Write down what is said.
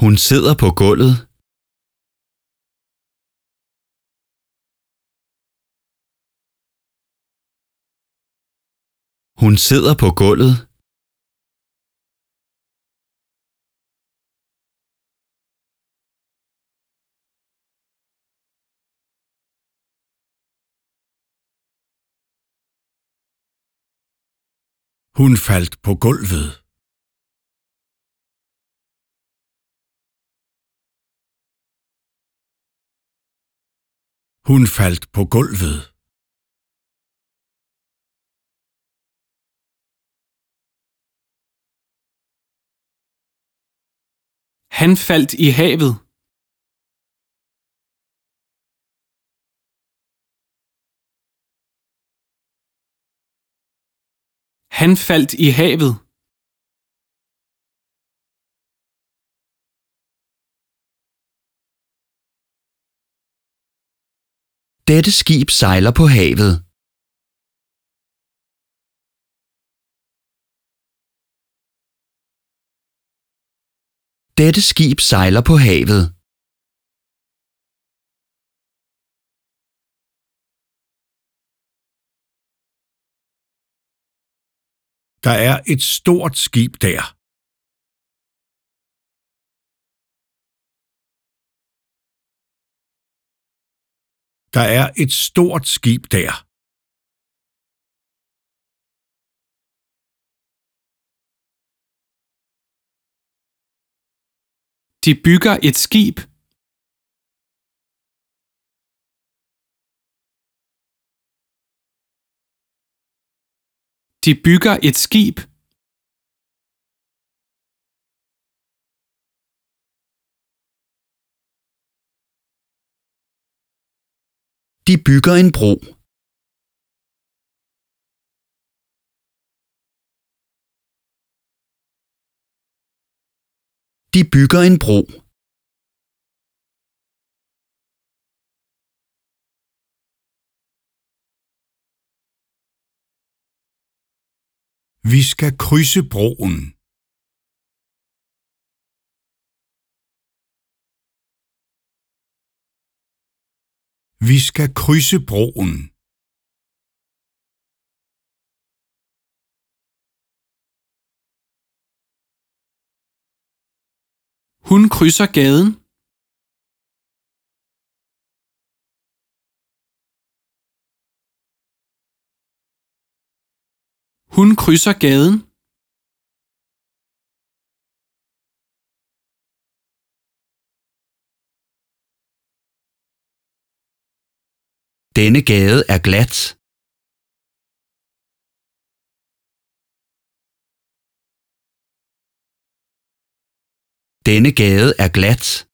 Hun sidder på gulvet. Hun sidder på gulvet. Hun faldt på gulvet. Hun faldt på gulvet. Han faldt i havet. Han faldt i havet. Dette skib sejler på havet. Dette skib sejler på havet. Der er et stort skib der. Der er et stort skib der. De bygger et skib. De bygger et skib. De bygger en bro. De bygger en bro. Vi skal krydse broen. Vi skal krydse broen. Hun krydser gaden. Hun krydser gaden. Denne gade er glat. Denne gade er glat.